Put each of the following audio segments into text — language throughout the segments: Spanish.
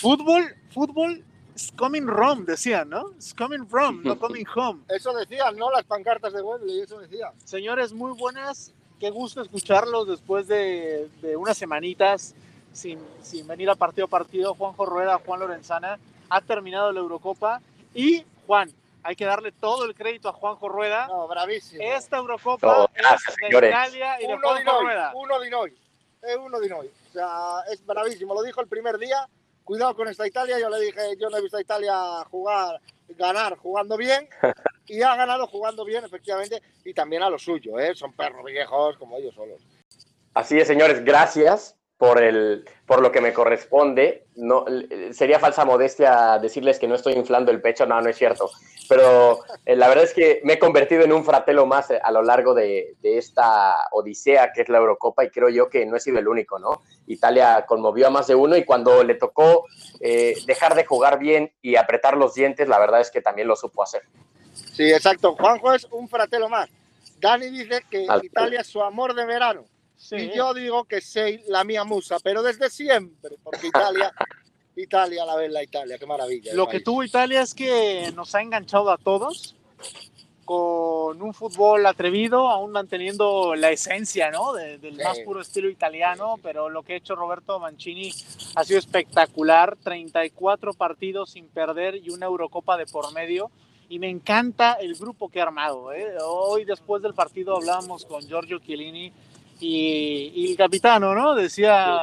Fútbol is coming home, decían, ¿no? It's coming from, no coming home. Eso decían, ¿no? Las pancartas de Wembley, eso decían. Señores, muy buenas. Qué gusto escucharlos después de unas semanitas sin venir a partido. Juanjo Rueda, Juan Lorenzana, ha terminado la Eurocopa. Y, Juan, hay que darle todo el crédito a Juanjo Rueda. No, bravísimo. Esta Eurocopa es de señores. Italia y de Juanjo Rueda. Uno de Noi. Es uno de Noi. O sea, es bravísimo. Lo dijo el primer día. Cuidado con esta Italia. Yo le dije, yo no he visto a Italia ganar jugando bien. Y ha ganado jugando bien, efectivamente, y también a lo suyo, ¿eh? Son perros viejos como ellos solos. Así es, señores, gracias por lo que me corresponde. No, sería falsa modestia decirles que no estoy inflando el pecho, no es cierto. Pero la verdad es que me he convertido en un fratelo más a lo largo de esta odisea que es la Eurocopa, y creo yo que no he sido el único, ¿no? Italia conmovió a más de uno, y cuando le tocó dejar de jugar bien y apretar los dientes, la verdad es que también lo supo hacer. Sí, exacto. Juanjo es un fratelo más. Dani dice que Italia es su amor de verano. Sí. Y yo digo que sei la mía musa, pero desde siempre, porque Italia, la bella Italia, qué maravilla. Lo que tuvo Italia es que nos ha enganchado a todos con un fútbol atrevido, aún manteniendo la esencia, ¿no? Del más puro estilo italiano, pero lo que ha hecho Roberto Mancini ha sido espectacular. 34 partidos sin perder y una Eurocopa de por medio. Y me encanta el grupo que ha armado, ¿eh? Hoy, después del partido, hablábamos con Giorgio Chiellini y el capitano, ¿no? Decía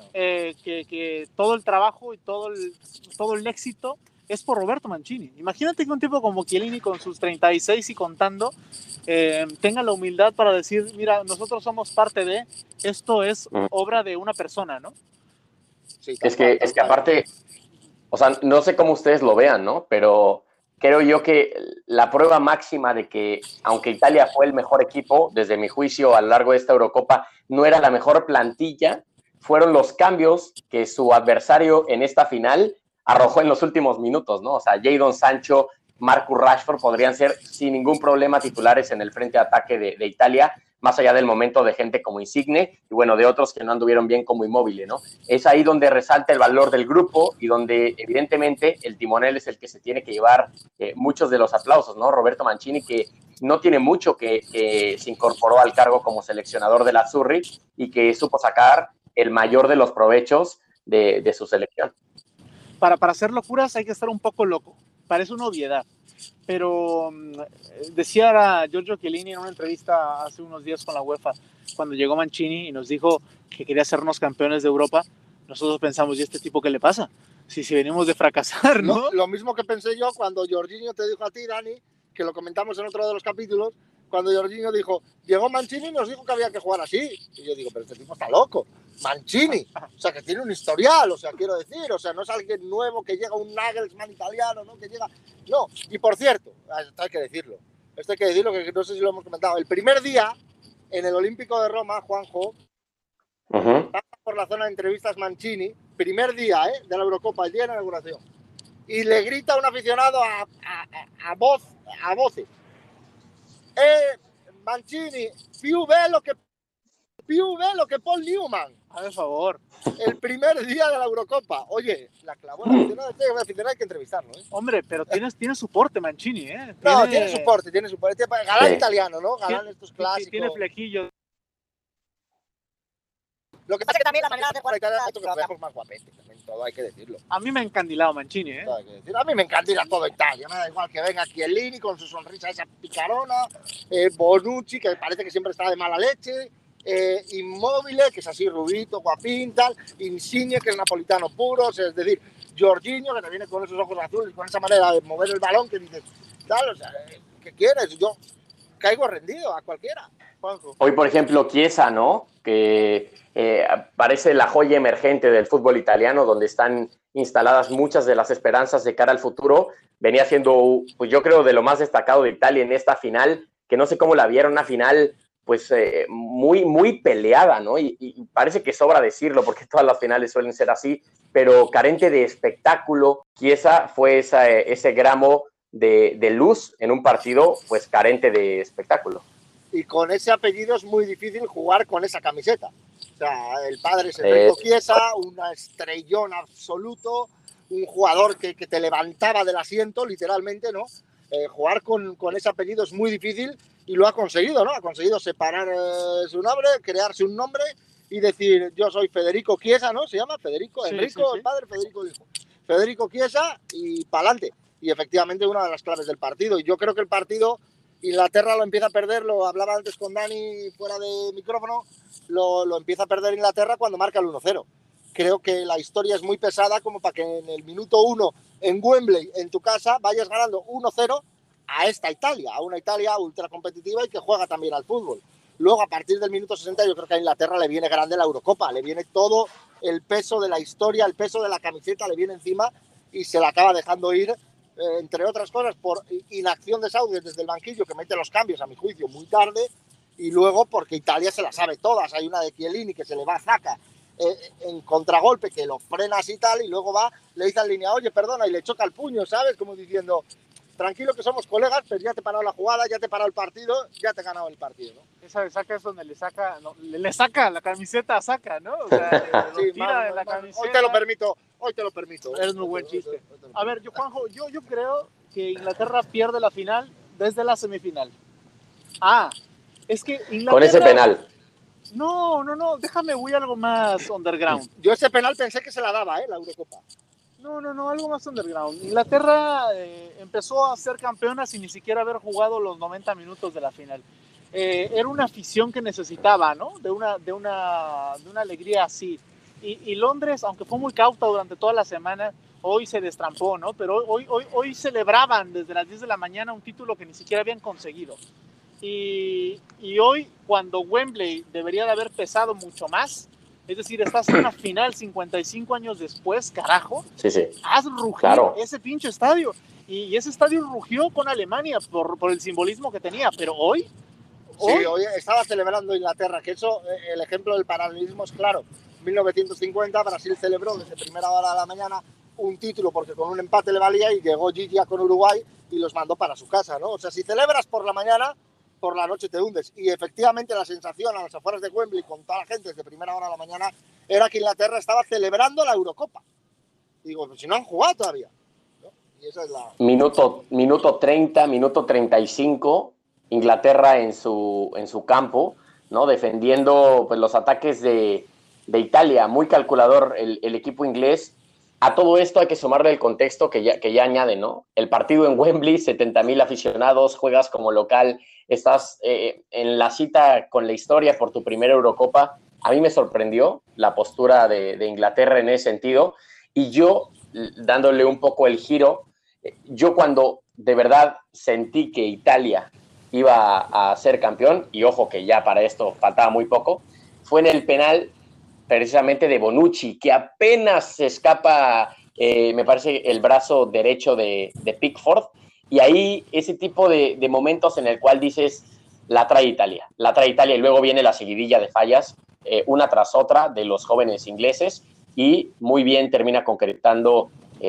que todo el trabajo y todo el éxito es por Roberto Mancini. Imagínate que un tipo como Chiellini, con sus 36 y contando, tenga la humildad para decir, mira, nosotros somos parte de, esto es obra de una persona, ¿no? Sí, es que aparte, o sea, no sé cómo ustedes lo vean, ¿no? Pero creo yo que la prueba máxima de que, aunque Italia fue el mejor equipo, desde mi juicio, a lo largo de esta Eurocopa, no era la mejor plantilla, fueron los cambios que su adversario en esta final arrojó en los últimos minutos, ¿no? O sea, Jadon Sancho, Marcus Rashford podrían ser sin ningún problema titulares en el frente de ataque de Italia, más allá del momento de gente como Insigne y, bueno, de otros que no anduvieron bien como Immobile, ¿no? Es ahí donde resalta el valor del grupo y donde, evidentemente, el timonel es el que se tiene que llevar muchos de los aplausos, ¿no? Roberto Mancini, que no tiene mucho que se incorporó al cargo como seleccionador de la Azzurri y que supo sacar el mayor de los provechos de su selección. Para hacer locuras hay que estar un poco loco. Parece una obviedad. Pero decía Giorgio Chiellini en una entrevista hace unos días con la UEFA, cuando llegó Mancini y nos dijo que quería hacernos campeones de Europa, nosotros pensamos, ¿y este tipo qué le pasa? Si venimos de fracasar, ¿no? Lo mismo que pensé yo cuando Jorginho te dijo a ti, Dani, que lo comentamos en otro de los capítulos, cuando Jorginho dijo, llegó Mancini y nos dijo que había que jugar así. Y yo digo, pero este tipo está loco. Mancini, o sea, que tiene un historial, o sea, quiero decir, o sea, no es alguien nuevo que llega, un Nagelsmann italiano, ¿no? Que llega, no. Y por cierto, esto hay que decirlo, que no sé si lo hemos comentado, el primer día en el Olímpico de Roma, Juanjo, pasa por la zona de entrevistas Mancini, primer día de la Eurocopa, el día de la inauguración, y le grita a un aficionado a voces, Mancini, più bello che Paul Newman. A ver, favor. El primer día de la Eurocopa. Oye, la clavó la aficionado, hay que entrevistarlo, ¿eh? Hombre, pero tiene soporte Mancini, ¿eh? No, tiene soporte. Galán italiano, ¿no? Galán estos clásicos. Tiene flejillos. Lo que pasa es que también la manera de jugar Italia ha hecho que lo veamos más guapete, también todo hay que decirlo. A mí me ha encandilado Mancini, ¿eh? Todo hay que decir. A mí me encandila todo Italia, me da igual que venga Chiellini con su sonrisa esa picarona, Bonucci, que parece que siempre está de mala leche, Immobile, que es así rubito, guapín, tal, Insigne, que es napolitano puro, o sea, es decir, Jorginho, que te viene con esos ojos azules, con esa manera de mover el balón, que dices, tal, o sea, ¿qué quieres? Yo caigo rendido a cualquiera. Juanjo. Hoy, por ejemplo, Chiesa, ¿no? Que parece la joya emergente del fútbol italiano, donde están instaladas muchas de las esperanzas de cara al futuro. Venía siendo, pues yo creo, de lo más destacado de Italia en esta final, que no sé cómo la vieron, una final pues muy, muy peleada, ¿no? Y parece que sobra decirlo, porque todas las finales suelen ser así, pero carente de espectáculo. Chiesa fue ese gramo de luz en un partido, pues carente de espectáculo. Y con ese apellido es muy difícil jugar con esa camiseta. O sea, el padre es Enrico Chiesa, una estrellón absoluto, un jugador que te levantaba del asiento, literalmente, ¿no? Jugar con ese apellido es muy difícil y lo ha conseguido, ¿no? Ha conseguido separar su nombre, crearse un nombre y decir, yo soy Federico Chiesa, ¿no? Se llama Federico, Sí, Enrico, sí. el padre, Federico el hijo. Federico Chiesa y pa'lante. Y efectivamente una de las claves del partido. Y yo creo que el partido, Inglaterra lo empieza a perder, lo hablaba antes con Dani fuera de micrófono, lo empieza a perder Inglaterra cuando marca el 1-0. Creo que la historia es muy pesada como para que en el minuto 1 en Wembley, en tu casa, vayas ganando 1-0 a esta Italia, a una Italia ultra competitiva y que juega también al fútbol. Luego, a partir del minuto 60, yo creo que a Inglaterra le viene grande la Eurocopa, le viene todo el peso de la historia, el peso de la camiseta le viene encima y se la acaba dejando ir, entre otras cosas, por inacción de Southgate desde el banquillo, que mete los cambios, a mi juicio, muy tarde, y luego porque Italia se las sabe todas. Hay una de Chiellini que se le va a Zaca en contragolpe, que lo frenas y tal, y luego va, le dice en línea, oye, perdona, y le choca el puño, ¿sabes? Como diciendo, tranquilo que somos colegas, pero ya te he parado la jugada, ya te he parado el partido, ya te he ganado el partido, ¿no? Esa de Saca es donde le saca la camiseta a Saca, ¿no? O sea, lo Sí, tira de la camiseta. Hoy te lo permito. Es muy buen chiste. A ver, Juanjo, yo creo que Inglaterra pierde la final desde la semifinal. Es que Inglaterra... Con ese penal. No, déjame, voy a algo más underground. Yo ese penal pensé que se la daba, la Eurocopa. No, algo más underground. Inglaterra empezó a ser campeona sin ni siquiera haber jugado los 90 minutos de la final. Era una afición que necesitaba, ¿no? De una alegría así. Y Londres, aunque fue muy cauta durante toda la semana, hoy se destrampó, ¿no? Pero hoy celebraban desde las 10 de la mañana un título que ni siquiera habían conseguido. Y hoy, cuando Wembley debería de haber pesado mucho más, es decir, estás en una final 55 años después, carajo, sí. haz rugir ese pinche estadio. Y ese estadio rugió con Alemania por el simbolismo que tenía, pero hoy... Sí, hoy estaba celebrando Inglaterra, que eso, el ejemplo del paralelismo es claro. 1950, Brasil celebró desde primera hora de la mañana un título porque con un empate le valía y llegó Gigi con Uruguay y los mandó para su casa, ¿no? O sea, si celebras por la mañana, por la noche te hundes. Y efectivamente la sensación a las afueras de Wembley con toda la gente desde primera hora de la mañana era que Inglaterra estaba celebrando la Eurocopa. Y digo, pues si no han jugado todavía, ¿no? Y esa es la... Minuto 30, minuto 35, Inglaterra en su campo, ¿no? Defendiendo pues, los ataques de Italia, muy calculador el equipo inglés. A todo esto hay que sumarle el contexto que ya añade, ¿no? El partido en Wembley, 70,000 aficionados, juegas como local, estás en la cita con la historia por tu primera Eurocopa. A mí me sorprendió la postura de Inglaterra en ese sentido, y yo, dándole un poco el giro, yo cuando de verdad sentí que Italia iba a ser campeón, y ojo que ya para esto faltaba muy poco, fue en el penal precisamente de Bonucci, que apenas se escapa, me parece, el brazo derecho de Pickford, y ahí ese tipo de momentos en el cual dices, la trae Italia, y luego viene la seguidilla de fallas, una tras otra de los jóvenes ingleses, y muy bien termina concretando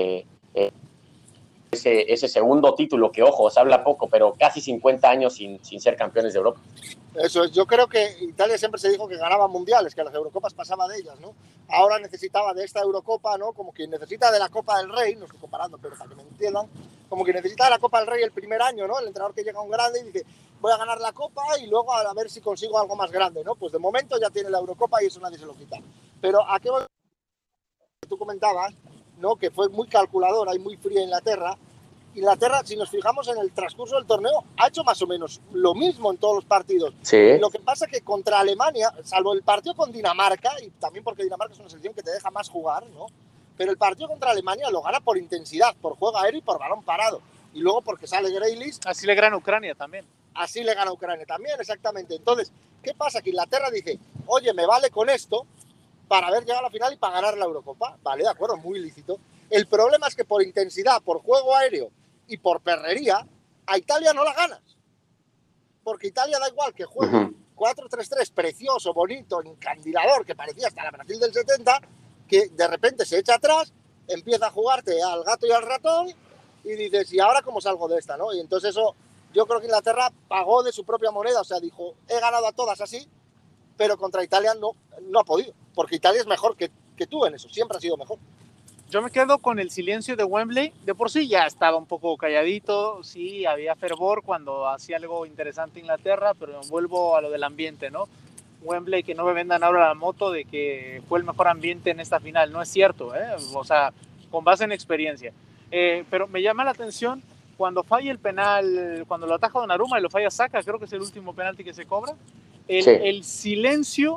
ese segundo título, que ojo, se habla poco, pero casi 50 años sin ser campeones de Europa. Eso es, yo creo que Italia siempre se dijo que ganaba mundiales, que las Eurocopas pasaba de ellas, ¿no? Ahora necesitaba de esta Eurocopa, ¿no? Como quien necesita de la Copa del Rey, no estoy comparando, pero para que me entiendan, como que necesita de la Copa del Rey el primer año, ¿no? El entrenador que llega a un grande y dice, voy a ganar la Copa y luego a ver si consigo algo más grande, ¿no? Pues de momento ya tiene la Eurocopa y eso nadie se lo quita. Pero ¿a qué voy? Tú comentabas, ¿no? Que fue muy calculadora y muy fría Inglaterra. Inglaterra, si nos fijamos en el transcurso del torneo, ha hecho más o menos lo mismo en todos los partidos. Sí. Lo que pasa es que contra Alemania, salvo el partido con Dinamarca, y también porque Dinamarca es una selección que te deja más jugar, ¿no? Pero el partido contra Alemania lo gana por intensidad, por juego aéreo y por balón parado. Y luego porque sale Grealish. Así le gana Ucrania también. Así le gana Ucrania también, exactamente. Entonces, ¿qué pasa? Que Inglaterra dice, oye, me vale con esto para haber llegado a la final y para ganar la Eurocopa. Vale, de acuerdo, muy lícito. El problema es que por intensidad, por juego aéreo y por perrería, a Italia no la ganas. Porque Italia da igual que juegue 4-3-3, precioso, bonito, encandilador, que parecía hasta la Brasil del 70, que de repente se echa atrás, empieza a jugarte al gato y al ratón y dices, ¿y ahora cómo salgo de esta, no? Y entonces eso, yo creo que Inglaterra pagó de su propia moneda, o sea, dijo, he ganado a todas así, pero contra Italia no ha podido, porque Italia es mejor que tú en eso, siempre ha sido mejor. Yo me quedo con el silencio de Wembley. De por sí ya estaba un poco calladito, sí, había fervor cuando hacía algo interesante Inglaterra, pero vuelvo a lo del ambiente, ¿no? Wembley, que no me vendan ahora la moto de que fue el mejor ambiente en esta final, no es cierto, ¿eh? O sea, con base en experiencia. Pero me llama la atención cuando falla el penal, cuando lo ataja Donnarumma y lo falla Saka, creo que es el último penalti que se cobra, el silencio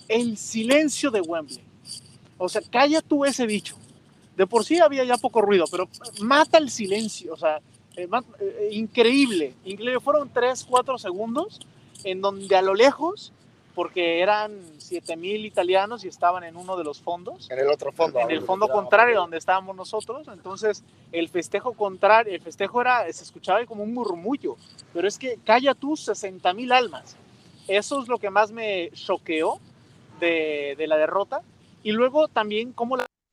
de Wembley. O sea, calla tú ese bicho. De por sí había ya poco ruido, pero mata el silencio, o sea, increíble. Fueron 3-4 segundos en donde a lo lejos, porque eran 7,000 italianos y estaban en uno de los fondos. En el otro fondo. En el fondo contrario, donde estábamos nosotros. Entonces, el festejo se escuchaba como un murmullo. Pero es que calla tú 60,000 almas. Eso es lo que más me choqueó de la derrota. Y luego también cómo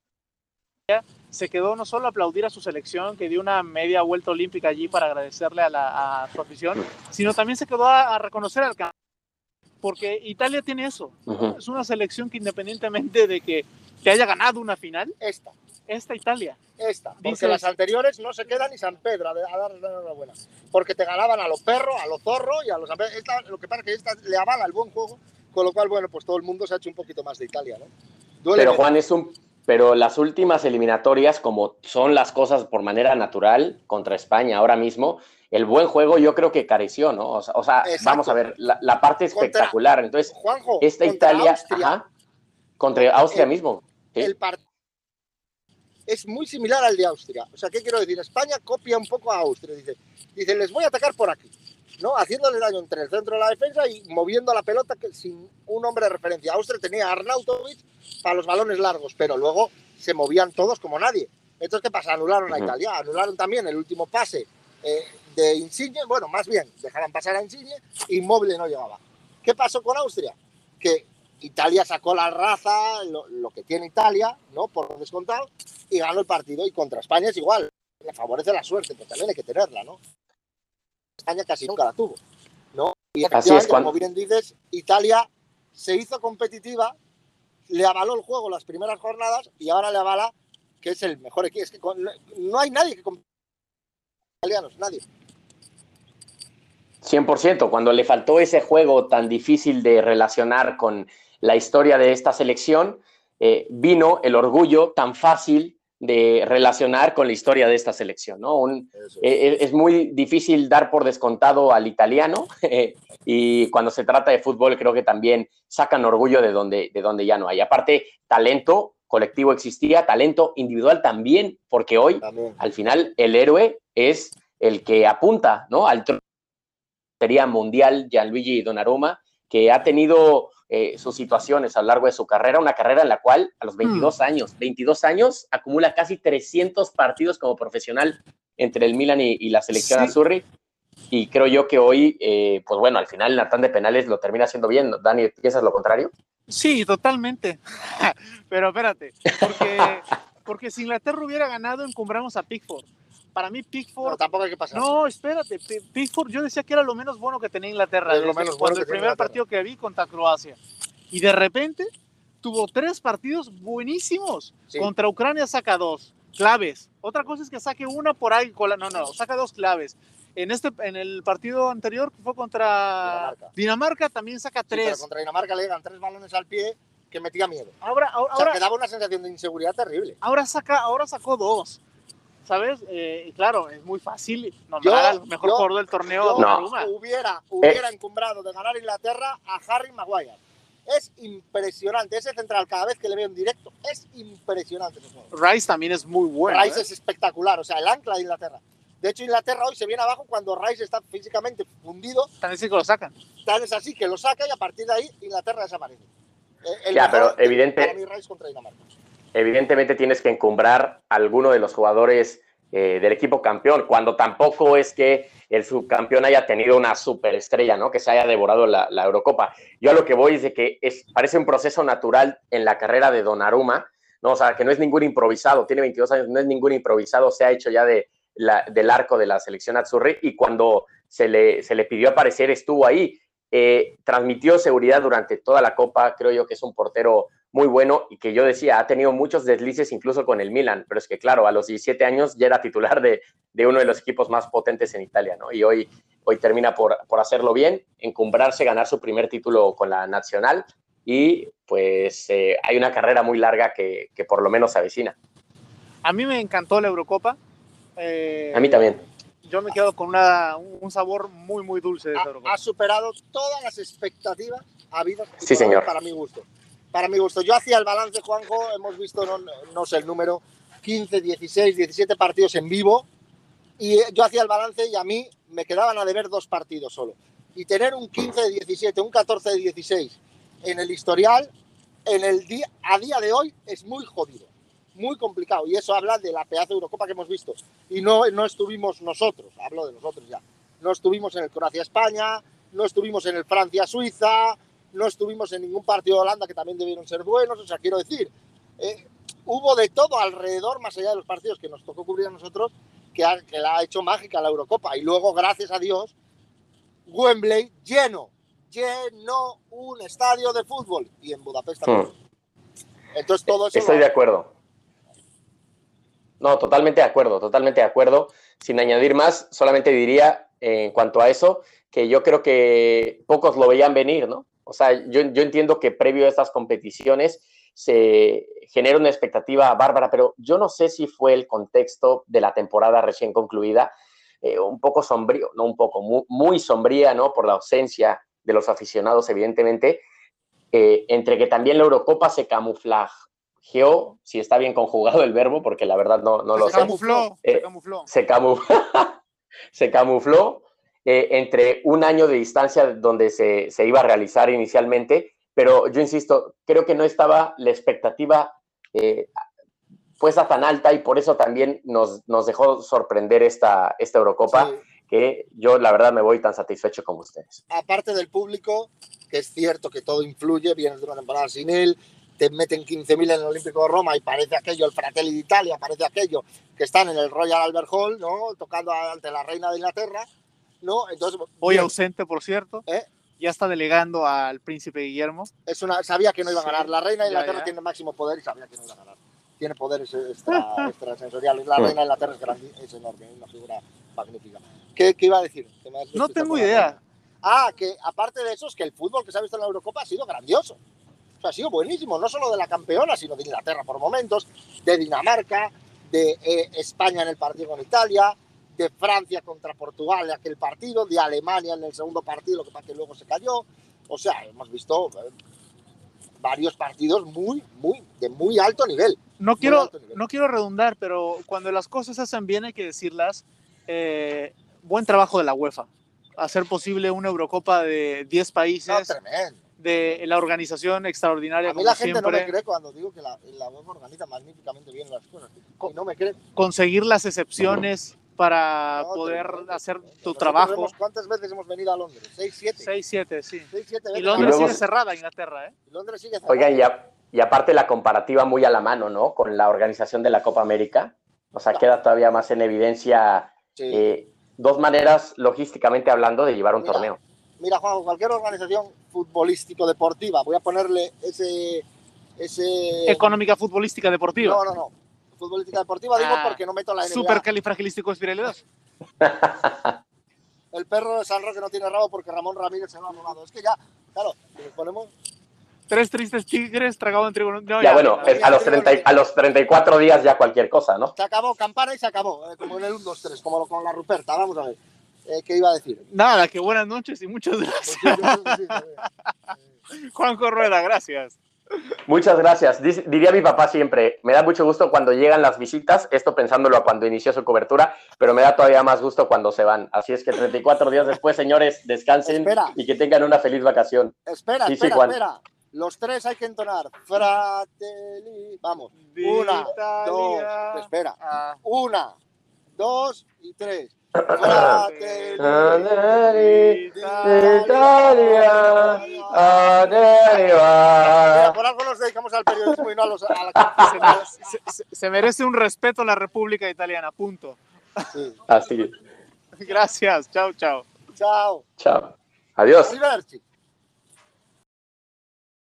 se quedó no solo a aplaudir a su selección, que dio una media vuelta olímpica allí para agradecerle a su afición, sino también se quedó a reconocer al campeón, porque Italia tiene eso, ¿no? Es una selección que independientemente de que haya ganado una final, esta Italia. Porque las anteriores no se quedan ni San Pedro a darle la enhorabuena, porque te ganaban a los perros, a los zorros y a los... Lo que pasa es que esta le avala el buen juego, con lo cual, bueno, pues todo el mundo se ha hecho un poquito más de Italia, ¿no? Pero Juan, pero las últimas eliminatorias, como son las cosas por manera natural contra España ahora mismo, el buen juego yo creo que careció, ¿no? O sea vamos a ver, la parte espectacular. Entonces, Juanjo, esta Italia, contra Austria mismo. ¿Sí? El partido es muy similar al de Austria. O sea, ¿qué quiero decir? España copia un poco a Austria. Dice, les voy a atacar por aquí, ¿no? Haciéndole daño entre el centro de la defensa y moviendo la pelota sin un hombre de referencia. Austria tenía a Arnautovic para los balones largos, pero luego se movían todos como nadie. Entonces, ¿qué pasa? Anularon a Italia, anularon también el último pase de Insigne, bueno, más bien, dejaban pasar a Insigne, Immobile no llegaba. ¿Qué pasó con Austria? Que Italia sacó la raza, lo que tiene Italia, ¿no? Por descontado, y ganó el partido. Y contra España es igual, le favorece la suerte, que también hay que tenerla, ¿no? España casi nunca la tuvo, ¿no? Y efectivamente, como bien dices, Italia se hizo competitiva, le avaló el juego las primeras jornadas y ahora le avala que es el mejor equipo. Es que no hay nadie que compita con italianos, nadie. 100%, cuando le faltó ese juego tan difícil de relacionar con la historia de esta selección, vino el orgullo tan fácil de relacionar con la historia de esta selección, ¿no? Es muy difícil dar por descontado al italiano y cuando se trata de fútbol creo que también sacan orgullo de donde ya no hay. Aparte, talento colectivo existía, talento individual también, porque hoy, al final, el héroe es el que apunta, ¿no? Al sería mundial, Gianluigi Donnarumma, que ha tenido sus situaciones a lo largo de su carrera, una carrera en la cual a los 22 años acumula casi 300 partidos como profesional entre el Milan y la selección azzurri, y creo yo que hoy, pues bueno, al final en la tanda de penales lo termina haciendo bien. Dani, ¿piensas lo contrario? Sí, totalmente, pero espérate, porque si Inglaterra hubiera ganado, encumbramos a Pickford. Para mí Pickford... No, tampoco hay que pasar. No, espérate, Pickford yo decía que era lo menos bueno que tenía Inglaterra. Cuando el primer partido que vi contra Croacia. Y de repente tuvo 3 partidos buenísimos. Sí. Contra Ucrania saca 2 claves. Otra cosa es que saque una por ahí. No, saca 2 claves. En el partido anterior que fue contra Dinamarca también saca 3. Sí, pero contra Dinamarca le llegan 3 balones al pie que metía miedo. Ahora, o sea, que daba una sensación de inseguridad terrible. Ahora sacó 2. ¿Sabes? Claro, es muy fácil nombrar al mejor jugador del torneo. Hubiera encumbrado de ganar Inglaterra a Harry Maguire. Es impresionante. Ese central, cada vez que le veo en directo, es impresionante ese juego. Rice también es muy bueno. Rice es espectacular, o sea, el ancla de Inglaterra. De hecho, Inglaterra hoy se viene abajo cuando Rice está físicamente fundido. Tan así que lo sacan. Tan es así que lo saca y a partir de ahí Inglaterra desaparece. Pero para mí Rice contra Dinamarca. Evidentemente tienes que encumbrar a alguno de los jugadores del equipo campeón, cuando tampoco es que el subcampeón haya tenido una superestrella, ¿no? Que se haya devorado la Eurocopa. Yo a lo que voy es de que parece un proceso natural en la carrera de Donnarumma, ¿no? O sea, que no es ningún improvisado, tiene 22 años, no es ningún improvisado, se ha hecho ya del arco de la selección azzurri, y cuando se le pidió aparecer estuvo ahí. transmitió seguridad durante toda la Copa. Creo yo que es un portero muy bueno y que yo decía, ha tenido muchos deslices incluso con el Milan, pero es que claro, a los 17 años ya era titular de uno de los equipos más potentes en Italia, ¿no? Y hoy termina por hacerlo bien, encumbrarse, ganar su primer título con la Nacional y pues hay una carrera muy larga que por lo menos se avecina. A mí me encantó la Eurocopa. A mí también. Yo me quedo con un sabor muy, muy dulce de esa Eurocopa. Ha superado todas las expectativas habidas sí, señor. Para mi gusto. Para mi gusto. Yo hacía el balance, Juanjo, hemos visto, no sé el número, 15, 16, 17 partidos en vivo, y yo hacía el balance y a mí me quedaban a deber 2 partidos solo. Y tener un 15 de 17, un 14 de 16 en el historial, a día de hoy, es muy jodido, muy complicado. Y eso habla de la pedazo de Eurocopa que hemos visto. Y no estuvimos nosotros, hablo de nosotros ya. No estuvimos en el Croacia-España, no estuvimos en el Francia-Suiza, no estuvimos en ningún partido de Holanda, que también debieron ser buenos. O sea, quiero decir, hubo de todo alrededor, más allá de los partidos que nos tocó cubrir a nosotros, que la ha hecho mágica la Eurocopa. Y luego, gracias a Dios, Wembley llenó un estadio de fútbol, y en Budapest también. Entonces todo eso... Estoy de acuerdo. No, totalmente de acuerdo. Sin añadir más, solamente diría en cuanto a eso, que yo creo que pocos lo veían venir, ¿no? O sea, yo entiendo que previo a estas competiciones se genera una expectativa bárbara, pero yo no sé si fue el contexto de la temporada recién concluida, un poco sombrío, no un poco, muy sombría, ¿no? Por la ausencia de los aficionados, evidentemente, entre que también la Eurocopa se camuflajeó, si está bien conjugado el verbo, porque la verdad no lo sé. Se camufló entre un año de distancia donde se iba a realizar inicialmente, pero yo insisto, creo que no estaba la expectativa puesta tan alta y por eso también nos dejó sorprender esta Eurocopa, sí, que yo la verdad me voy tan satisfecho como ustedes. Aparte del público, que es cierto que todo influye, vienes de una temporada sin él, te meten 15.000 en el Olímpico de Roma y parece aquello, el Fratelli d'Italia, parece aquello que están en el Royal Albert Hall, ¿no? Tocando ante la reina de Inglaterra, ¿no? Entonces, hoy ausente, por cierto. Ya está delegando al príncipe Guillermo. Sabía que no iba a ganar. La reina de Inglaterra tiene máximo poder y sabía que no iba a ganar. Tiene poderes extrasensoriales. La reina de Inglaterra es enorme, es una figura magnífica. ¿Qué iba a decir? No tengo idea. Que aparte de eso, es que el fútbol que se ha visto en la Eurocopa ha sido grandioso. O sea, ha sido buenísimo, no solo de la campeona, sino de Inglaterra por momentos, de Dinamarca, de España en el partido con Italia, de Francia contra Portugal en aquel partido, de Alemania en el segundo partido, lo que pasa que luego se cayó. O sea, hemos visto varios partidos de muy alto nivel. No quiero redundar, pero cuando las cosas se hacen bien hay que decirlas. Buen trabajo de la UEFA. Hacer posible una Eurocopa de 10 países. Tremendo. De la organización extraordinaria. A mí la gente no me cree cuando digo que la UEFA organiza magníficamente bien las cosas. Y no me cree. Conseguir las excepciones para poder hacer tu trabajo. ¿Cuántas veces hemos venido a Londres? 6, 7. 6, 7, sí. 6, 7 veces. Y Londres sigue cerrada, Inglaterra, ¿eh? Londres sigue cerrada. Oigan, y aparte la comparativa muy a la mano, ¿no? Con la organización de la Copa América. O sea, queda todavía más en evidencia dos maneras, logísticamente hablando, de llevar un torneo. Mira, Juan, cualquier organización futbolístico-deportiva, voy a ponerle ese... Económica, futbolística, deportiva. No. Futbolística deportiva digo porque no meto la NBA. Supercalifragilísticoexpialidocious. El perro de San Roque no tiene rabo porque Ramón Ramírez se lo ha robado. Es que ya, claro, nos ponemos... 3 tristes tigres tragados en trigo. No, bueno, a los 34 días ya cualquier cosa, ¿no? Se acabó, campana y se acabó. Como en el 1, 2, 3, como con la Ruperta. Vamos a ver. ¿Qué iba a decir? Nada, que buenas noches y muchas gracias. Juanjo Rueda, gracias. Muchas gracias. Diría mi papá siempre, me da mucho gusto cuando llegan las visitas, esto pensándolo a cuando inició su cobertura, pero me da todavía más gusto cuando se van. Así es que 34 días después, señores, descansen y que tengan una feliz vacación. Espera. Los 3 hay que entonar. Fratelli. Vamos. 1, 2. Espera. 1, 2 y 3. Fratelli d'Italia. Por algo nos dedicamos al periodismo y no a la... Se merece un respeto a la República Italiana, punto. Sí. Así es. Gracias, chao. Chao. Adiós. Arrivederci.